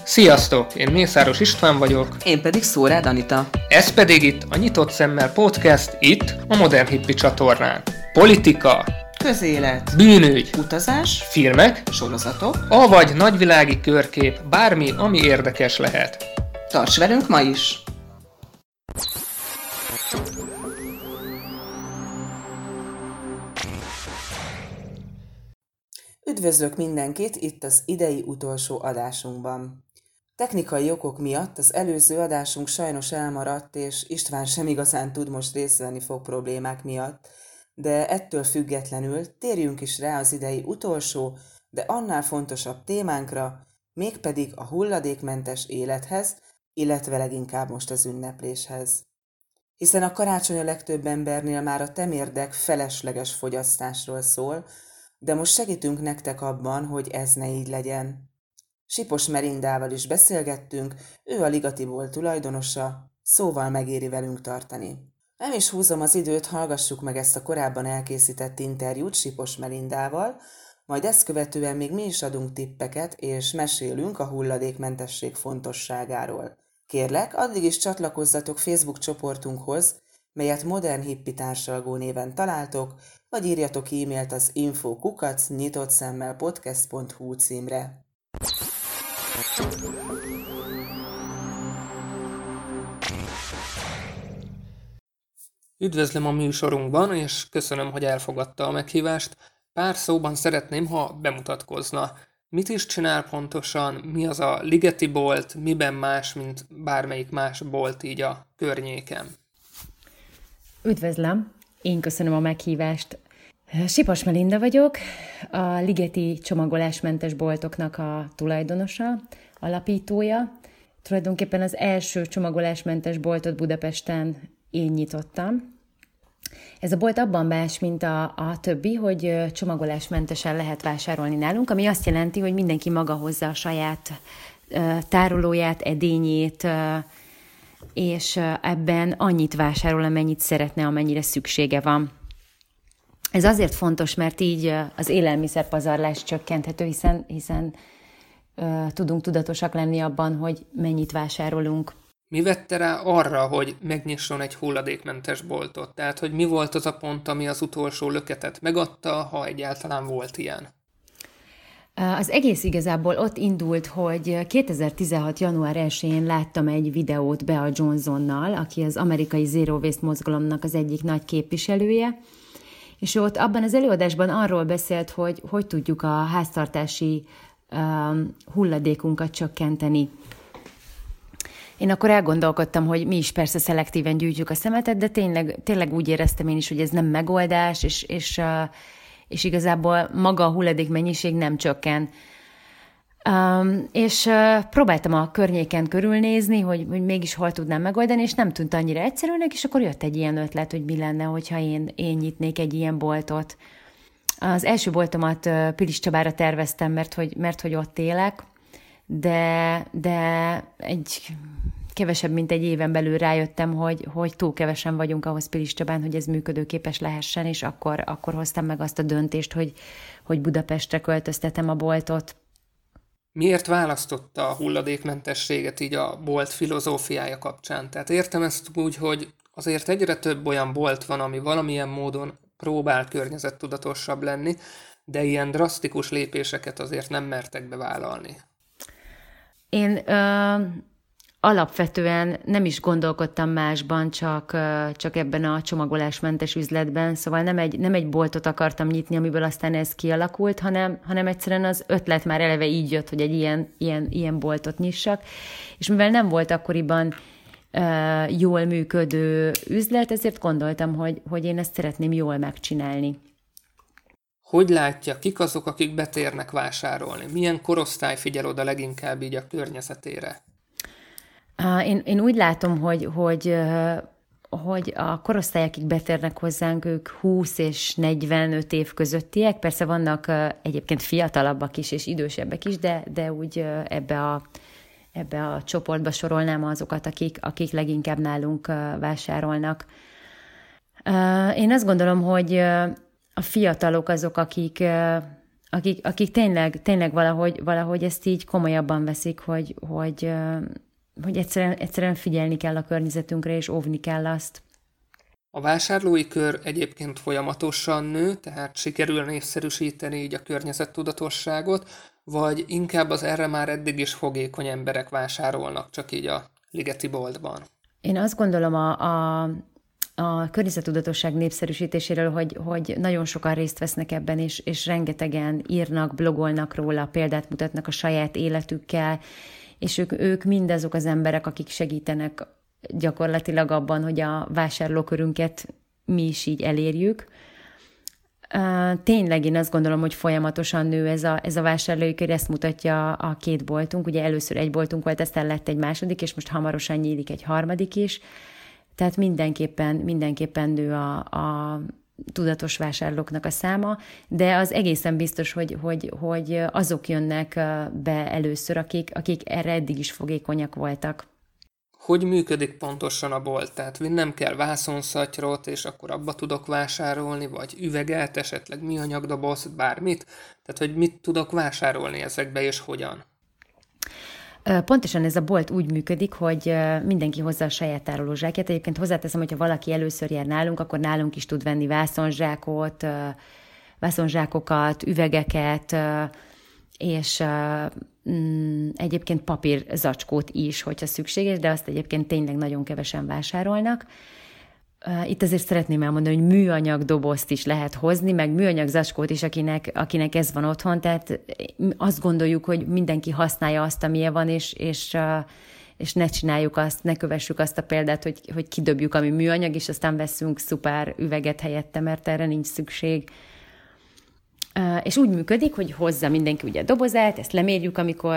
Sziasztok! Én Mészáros István vagyok. Én pedig Szórád Anita. Ez pedig itt a Nyitott Szemmel Podcast, itt a Modern Hippie csatornán. Politika, közélet, bűnügy, utazás, filmek, sorozatok, avagy nagyvilági körkép, bármi, ami érdekes lehet. Tarts velünk ma is! Üdvözlök mindenkit itt az idei utolsó adásunkban. Technikai okok miatt az előző adásunk sajnos elmaradt, és István sem igazán tud most részt venni fog problémák miatt, de ettől függetlenül térjünk is rá az idei utolsó, de annál fontosabb témánkra, mégpedig a hulladékmentes élethez, illetve leginkább most az ünnepléshez. Hiszen a karácsony a legtöbb embernél már a temérdek felesleges fogyasztásról szól, de most segítünk nektek abban, hogy ez ne így legyen. Sipos Merindával is beszélgettünk, ő a Ligatiból tulajdonosa, szóval megéri velünk tartani. Nem is húzom az időt, hallgassuk meg ezt a korábban elkészített interjút Sipos Merindával, majd ezt követően még mi is adunk tippeket, és mesélünk a hulladékmentesség fontosságáról. Kérlek, addig is csatlakozzatok Facebook csoportunkhoz, melyet Modern Hippie társalgó néven találtok, vagy írjatok e-mailt az info@nyitottszemmel.podcast.hu címre. Üdvözlöm a műsorunkban, és köszönöm, hogy elfogadta a meghívást. Pár szóban szeretném, ha bemutatkozna. Mit is csinál pontosan, mi az a Ligeti bolt, miben más, mint bármelyik más bolt így a környéken? Üdvözlöm, én köszönöm a meghívást. Sipos Melinda vagyok, a Ligeti csomagolásmentes boltoknak a tulajdonosa, alapítója. Tulajdonképpen az első csomagolásmentes boltot Budapesten én nyitottam. Ez a bolt abban más, mint a többi, hogy csomagolásmentesen lehet vásárolni nálunk, ami azt jelenti, hogy mindenki maga hozza a saját tárolóját, edényét, és ebben annyit vásárol, amennyit szeretne, amennyire szüksége van. Ez azért fontos, mert így az élelmiszerpazarlás csökkenthető, hiszen tudunk tudatosak lenni abban, hogy mennyit vásárolunk. Mi vette rá arra, hogy megnyisson egy hulladékmentes boltot? Tehát, hogy mi volt az a pont, ami az utolsó löketet megadta, ha egyáltalán volt ilyen? Az egész igazából ott indult, hogy 2016. január 1-én láttam egy videót Bea Johnsonnal, aki az amerikai Zero Waste mozgalomnak az egyik nagy képviselője, és ott abban az előadásban arról beszélt, hogy tudjuk a háztartási hulladékunkat csökkenteni. Én akkor elgondolkodtam, hogy mi is persze szelektíven gyűjtjük a szemetet, de tényleg úgy éreztem én is, hogy ez nem megoldás, és igazából maga a hulladékmennyiség nem csökken. És próbáltam a környéken körülnézni, hogy mégis hol tudnám megoldani, és nem tűnt annyira egyszerűnek, és akkor jött egy ilyen ötlet, hogy mi lenne, hogyha én nyitnék egy ilyen boltot. Az első boltomat Pilis Csabára terveztem, mert hogy ott élek, de kevesebb, mint egy éven belül rájöttem, hogy túl kevesen vagyunk ahhoz Pilis Csabán, hogy ez működőképes lehessen, és akkor hoztam meg azt a döntést, hogy Budapestre költöztetem a boltot. Miért választotta a hulladékmentességet így a bolt filozófiája kapcsán? Tehát értem ezt úgy, hogy azért egyre több olyan bolt van, ami valamilyen módon próbál környezettudatosabb lenni, de ilyen drasztikus lépéseket azért nem mertek bevállalni. Én alapvetően nem is gondolkodtam másban, csak ebben a csomagolásmentes üzletben, szóval nem egy boltot akartam nyitni, amiből aztán ez kialakult, hanem egyszerűen az ötlet már eleve így jött, hogy egy ilyen boltot nyissak, és mivel nem volt akkoriban jól működő üzlet, ezért gondoltam, hogy én ezt szeretném jól megcsinálni. Hogy látja, kik azok, akik betérnek vásárolni? Milyen korosztály figyel oda leginkább így a környezetére? Én úgy látom, hogy a korosztály, akik betérnek hozzánk, ők 20 és 45 év közöttiek. Persze vannak egyébként fiatalabbak is és idősebbek is, de úgy ebbe a csoportba sorolnám azokat, akik leginkább nálunk vásárolnak. Én azt gondolom, hogy a fiatalok azok, akik akik tényleg valahogy ezt így komolyabban veszik, hogy egyszerűen figyelni kell a környezetünkre, és óvni kell azt. A vásárlói kör egyébként folyamatosan nő, tehát sikerül népszerűsíteni így a környezettudatosságot, vagy inkább az erre már eddig is fogékony emberek vásárolnak csak így a ligeti boltban? Én azt gondolom a környezettudatosság népszerűsítéséről, hogy nagyon sokan részt vesznek ebben, és rengetegen írnak, blogolnak róla, példát mutatnak a saját életükkel, és ők mindazok az emberek, akik segítenek gyakorlatilag abban, hogy a vásárlókörünket mi is így elérjük. Tényleg én azt gondolom, hogy folyamatosan nő ez a vásárlói kör, ezt mutatja a 2 boltunk. Ugye először egy boltunk volt, aztán lett egy második, és most hamarosan nyílik egy harmadik is. Tehát mindenképpen nő a tudatos vásárlóknak a száma, de az egészen biztos, hogy azok jönnek be először, akik erre eddig is fogékonyak voltak. Hogy működik pontosan a bolt? Tehát vinnem kell vászonszatyrot, és akkor abba tudok vásárolni, vagy üveget, esetleg műanyagdobozt, bármit? Tehát, hogy mit tudok vásárolni ezekbe, és hogyan? Pontosan ez a bolt úgy működik, hogy mindenki hozza a saját tárolózsákját. Egyébként hozzáteszem, hogyha valaki először jár nálunk, akkor nálunk is tud venni vászonzsákokat, üvegeket, és egyébként papírzacskót is, hogyha szükséges, de azt egyébként tényleg nagyon kevesen vásárolnak. Itt azért szeretném elmondani, hogy műanyag dobozt is lehet hozni, meg műanyag zacskót is, akinek ez van otthon, tehát azt gondoljuk, hogy mindenki használja azt, amilyen van, és ne csináljuk azt, ne kövessük azt a példát, hogy kidobjuk, ami műanyag, és aztán veszünk szuper üveget helyette, mert erre nincs szükség. És úgy működik, hogy hozza mindenki ugye a dobozát, ezt lemérjük,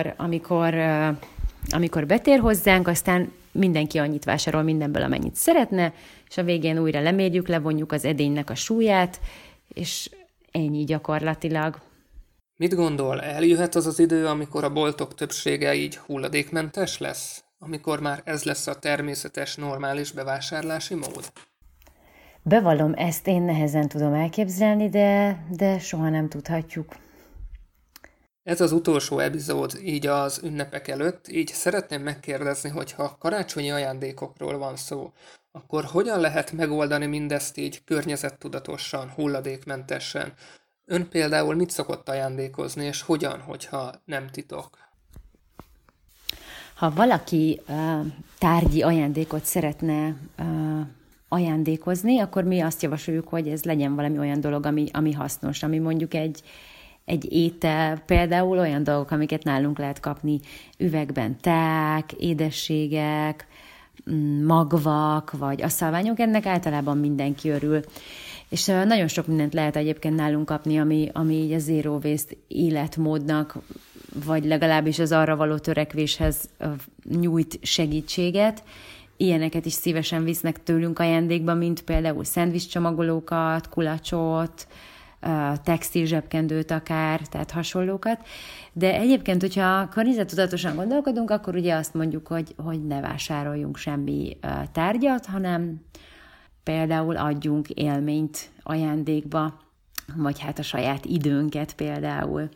amikor betér hozzánk, aztán mindenki annyit vásárol mindenből, amennyit szeretne, és a végén újra lemérjük, levonjuk az edénynek a súlyát, és ennyi gyakorlatilag. Mit gondol, eljöhet az az idő, amikor a boltok többsége így hulladékmentes lesz? Amikor már ez lesz a természetes, normális bevásárlási mód? Bevallom, ezt én nehezen tudom elképzelni, de soha nem tudhatjuk. Ez az utolsó epizód így az ünnepek előtt, így szeretném megkérdezni, hogy ha karácsonyi ajándékokról van szó, akkor hogyan lehet megoldani mindezt így környezettudatosan, hulladékmentesen? Ön például mit szokott ajándékozni, és hogyan, hogyha nem titok? Ha valaki tárgyi ajándékot szeretne ajándékozni, akkor mi azt javasoljuk, hogy ez legyen valami olyan dolog, ami hasznos, ami mondjuk egy étel, például olyan dolgok, amiket nálunk lehet kapni üvegben, ték, édességek, magvak, vagy asszalványok, ennek általában mindenki örül. És nagyon sok mindent lehet egyébként nálunk kapni, ami így a zero waste életmódnak, vagy legalábbis az arra való törekvéshez nyújt segítséget. Ilyeneket is szívesen visznek tőlünk ajándékba, mint például szendvicscsomagolókat, kulacsot, textil zsebkendőt akár, tehát hasonlókat. De egyébként, hogyha környezettudatosan gondolkodunk, akkor ugye azt mondjuk, hogy ne vásároljunk semmi tárgyat, hanem például adjunk élményt ajándékba, vagy hát a saját időnket például.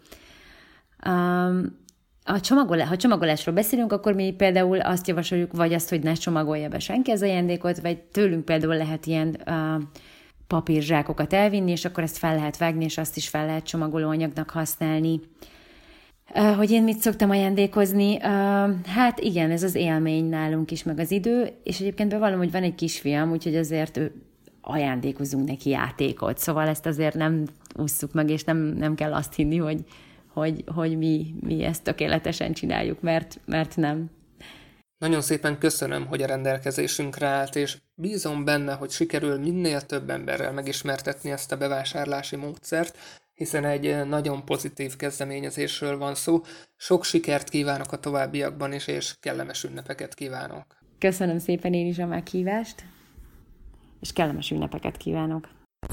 Ha csomagolásról beszélünk, akkor mi például azt javasoljuk, vagy azt, hogy ne csomagolja be senki az ajándékot, vagy tőlünk például lehet ilyen papírzsákokat elvinni, és akkor ezt fel lehet vágni, és azt is fel lehet csomagolóanyagnak használni. Hogy én mit szoktam ajándékozni? Hát igen, ez az élmény nálunk is, meg az idő, és egyébként bevallom, hogy van egy kisfiam, úgyhogy azért ajándékozunk neki játékot, szóval ezt azért nem ússzuk meg, és nem kell azt hinni, hogy mi ezt tökéletesen csináljuk, mert nem. Nagyon szépen köszönöm, hogy a rendelkezésünkre állt, és bízom benne, hogy sikerül minél több emberrel megismertetni ezt a bevásárlási módszert, hiszen egy nagyon pozitív kezdeményezésről van szó. Sok sikert kívánok a továbbiakban is, és kellemes ünnepeket kívánok. Köszönöm szépen én is a meghívást, és kellemes ünnepeket kívánok.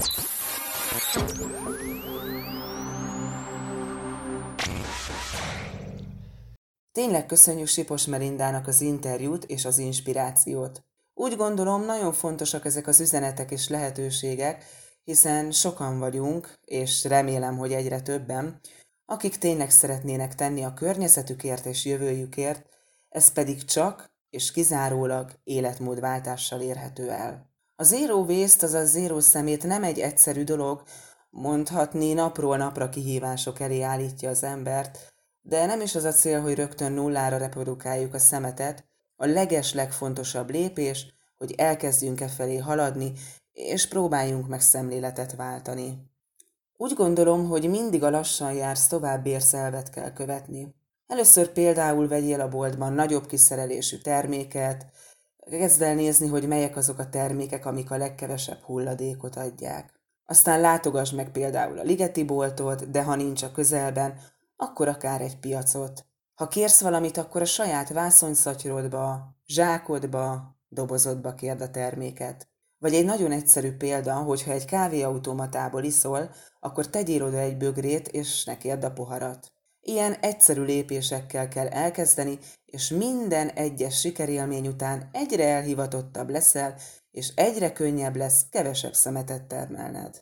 Tényleg köszönjük Sipos Melindának az interjút és az inspirációt. Úgy gondolom, nagyon fontosak ezek az üzenetek és lehetőségek, hiszen sokan vagyunk, és remélem, hogy egyre többen, akik tényleg szeretnének tenni a környezetükért és jövőjükért, ez pedig csak és kizárólag életmódváltással érhető el. A zero waste, azaz zero szemét nem egy egyszerű dolog, mondhatni napról napra kihívások elé állítja az embert, de nem is az a cél, hogy rögtön nullára reprodukáljuk a szemetet, a legfontosabb lépés, hogy elkezdjünk e felé haladni, és próbáljunk meg szemléletet váltani. Úgy gondolom, hogy mindig a lassan jársz tovább érzelvet kell követni. Először például vegyél a boltban nagyobb kiszerelésű terméket, kezd el nézni, hogy melyek azok a termékek, amik a legkevesebb hulladékot adják. Aztán látogass meg például a Ligeti boltot, de ha nincs a közelben, akkor akár egy piacot. Ha kérsz valamit, akkor a saját vászonszatyorodba, zsákodba, dobozodba kérd a terméket. Vagy egy nagyon egyszerű példa, hogyha egy kávéautomatából iszol, akkor tegyél oda egy bögrét, és ne kérd a poharat. Ilyen egyszerű lépésekkel kell elkezdeni, és minden egyes sikerélmény után egyre elhivatottabb leszel, és egyre könnyebb lesz kevesebb szemetet termelned.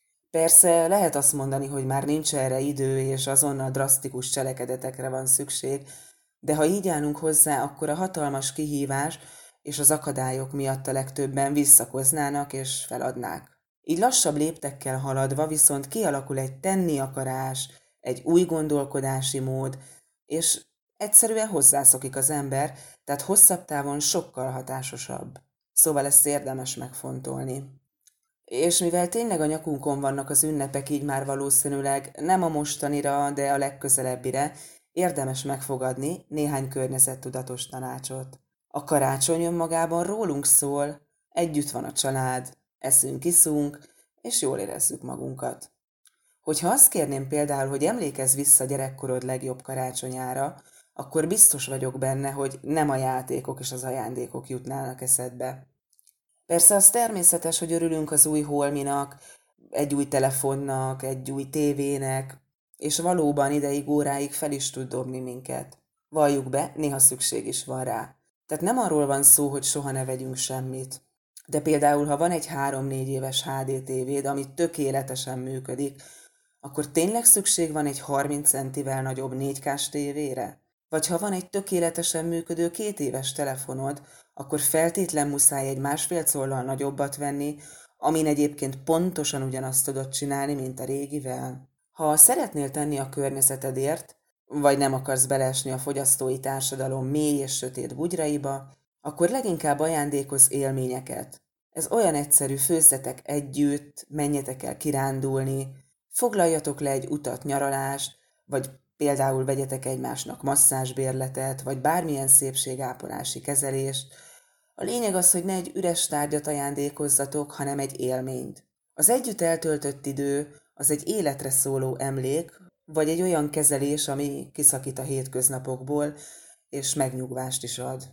Persze lehet azt mondani, hogy már nincs erre idő, és azonnal drasztikus cselekedetekre van szükség, de ha így állunk hozzá, akkor a hatalmas kihívás és az akadályok miatt a legtöbben visszakoznának és feladnák. Így lassabb léptekkel haladva viszont kialakul egy tenni akarás, egy új gondolkodási mód, és egyszerűen hozzászokik az ember, tehát hosszabb távon sokkal hatásosabb. Szóval ezt érdemes megfontolni. És mivel tényleg a nyakunkon vannak az ünnepek, így már valószínűleg nem a mostanira, de a legközelebbire érdemes megfogadni néhány környezettudatos tanácsot. A karácsony önmagában rólunk szól, együtt van a család, eszünk, iszunk, és jól érezzük magunkat. Hogyha azt kérném például, hogy emlékezz vissza gyerekkorod legjobb karácsonyára, akkor biztos vagyok benne, hogy nem a játékok és az ajándékok jutnának eszedbe. Persze az természetes, hogy örülünk az új holminak, egy új telefonnak, egy új tévének, és valóban ideig, óráig fel is tud dobni minket. Valljuk be, néha szükség is van rá. Tehát nem arról van szó, hogy soha ne vegyünk semmit. De például, ha van egy 3-4 éves HD tévéd, ami tökéletesen működik, akkor tényleg szükség van egy 30 centivel nagyobb 4K-s tévére? Vagy ha van egy tökéletesen működő 2 éves telefonod, akkor feltétlen muszáj egy 1,5 collal nagyobbat venni, amin egyébként pontosan ugyanazt tudod csinálni, mint a régivel. Ha szeretnél tenni a környezetedért, vagy nem akarsz beleesni a fogyasztói társadalom mély és sötét bugyraiba, akkor leginkább ajándékozz élményeket. Ez olyan egyszerű, főzzetek együtt, menjetek el kirándulni, foglaljatok le egy utat, nyaralást, vagy például vegyetek egymásnak masszázsbérletet, vagy bármilyen szépségápolási kezelést. A lényeg az, hogy ne egy üres tárgyat ajándékozzatok, hanem egy élményt. Az együtt eltöltött idő az egy életre szóló emlék, vagy egy olyan kezelés, ami kiszakít a hétköznapokból, és megnyugvást is ad.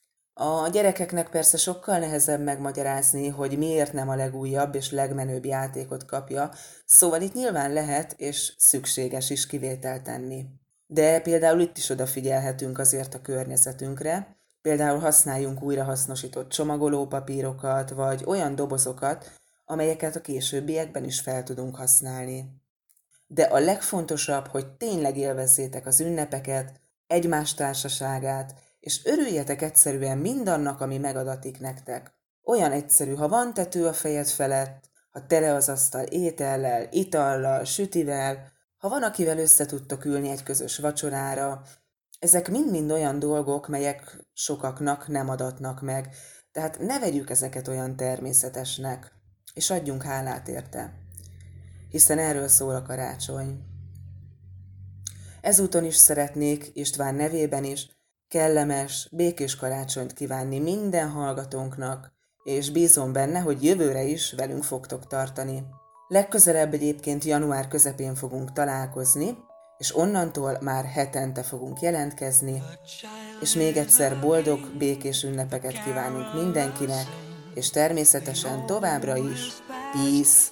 A gyerekeknek persze sokkal nehezebb megmagyarázni, hogy miért nem a legújabb és legmenőbb játékot kapja, szóval itt nyilván lehet és szükséges is kivételt tenni. De például itt is odafigyelhetünk azért a környezetünkre, például használjunk újrahasznosított csomagolópapírokat, vagy olyan dobozokat, amelyeket a későbbiekben is fel tudunk használni. De a legfontosabb, hogy tényleg élvezzétek az ünnepeket, egymás társaságát, és örüljetek egyszerűen mindannak, ami megadatik nektek. Olyan egyszerű, ha van tető a fejed felett, ha tele az asztal étellel, itallal, sütivel, ha van, akivel össze tudtok ülni egy közös vacsorára, ezek mind-mind olyan dolgok, melyek sokaknak nem adatnak meg, tehát ne vegyük ezeket olyan természetesnek, és adjunk hálát érte. Hiszen erről szól a karácsony. Ezúton is szeretnék István nevében is kellemes, békés karácsonyt kívánni minden hallgatónknak, és bízom benne, hogy jövőre is velünk fogtok tartani. Legközelebb egyébként január közepén fogunk találkozni, és onnantól már hetente fogunk jelentkezni, és még egyszer boldog, békés ünnepeket kívánunk mindenkinek, és természetesen továbbra is peace!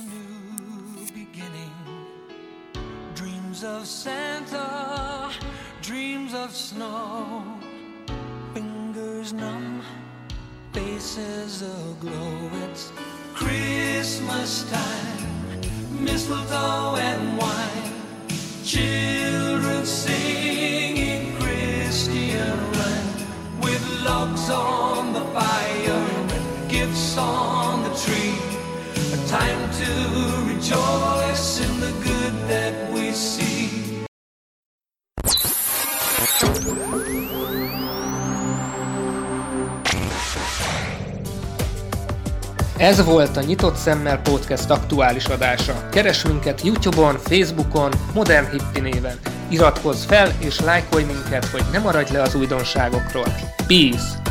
Dreams of Santa, dreams of snow, fingers numb, faces aglow, it's Christmas time, mistletoe and wine, children singing Christian rhyme, with logs on the fire, gifts on the tree, a time to rejoice in the good that we see. Ez volt a Nyitott Szemmel Podcast aktuális adása. Keresd minket YouTube-on, Facebookon, Modern Hippi néven. Iratkozz fel és lájkolj minket, hogy ne maradj le az újdonságokról. Peace!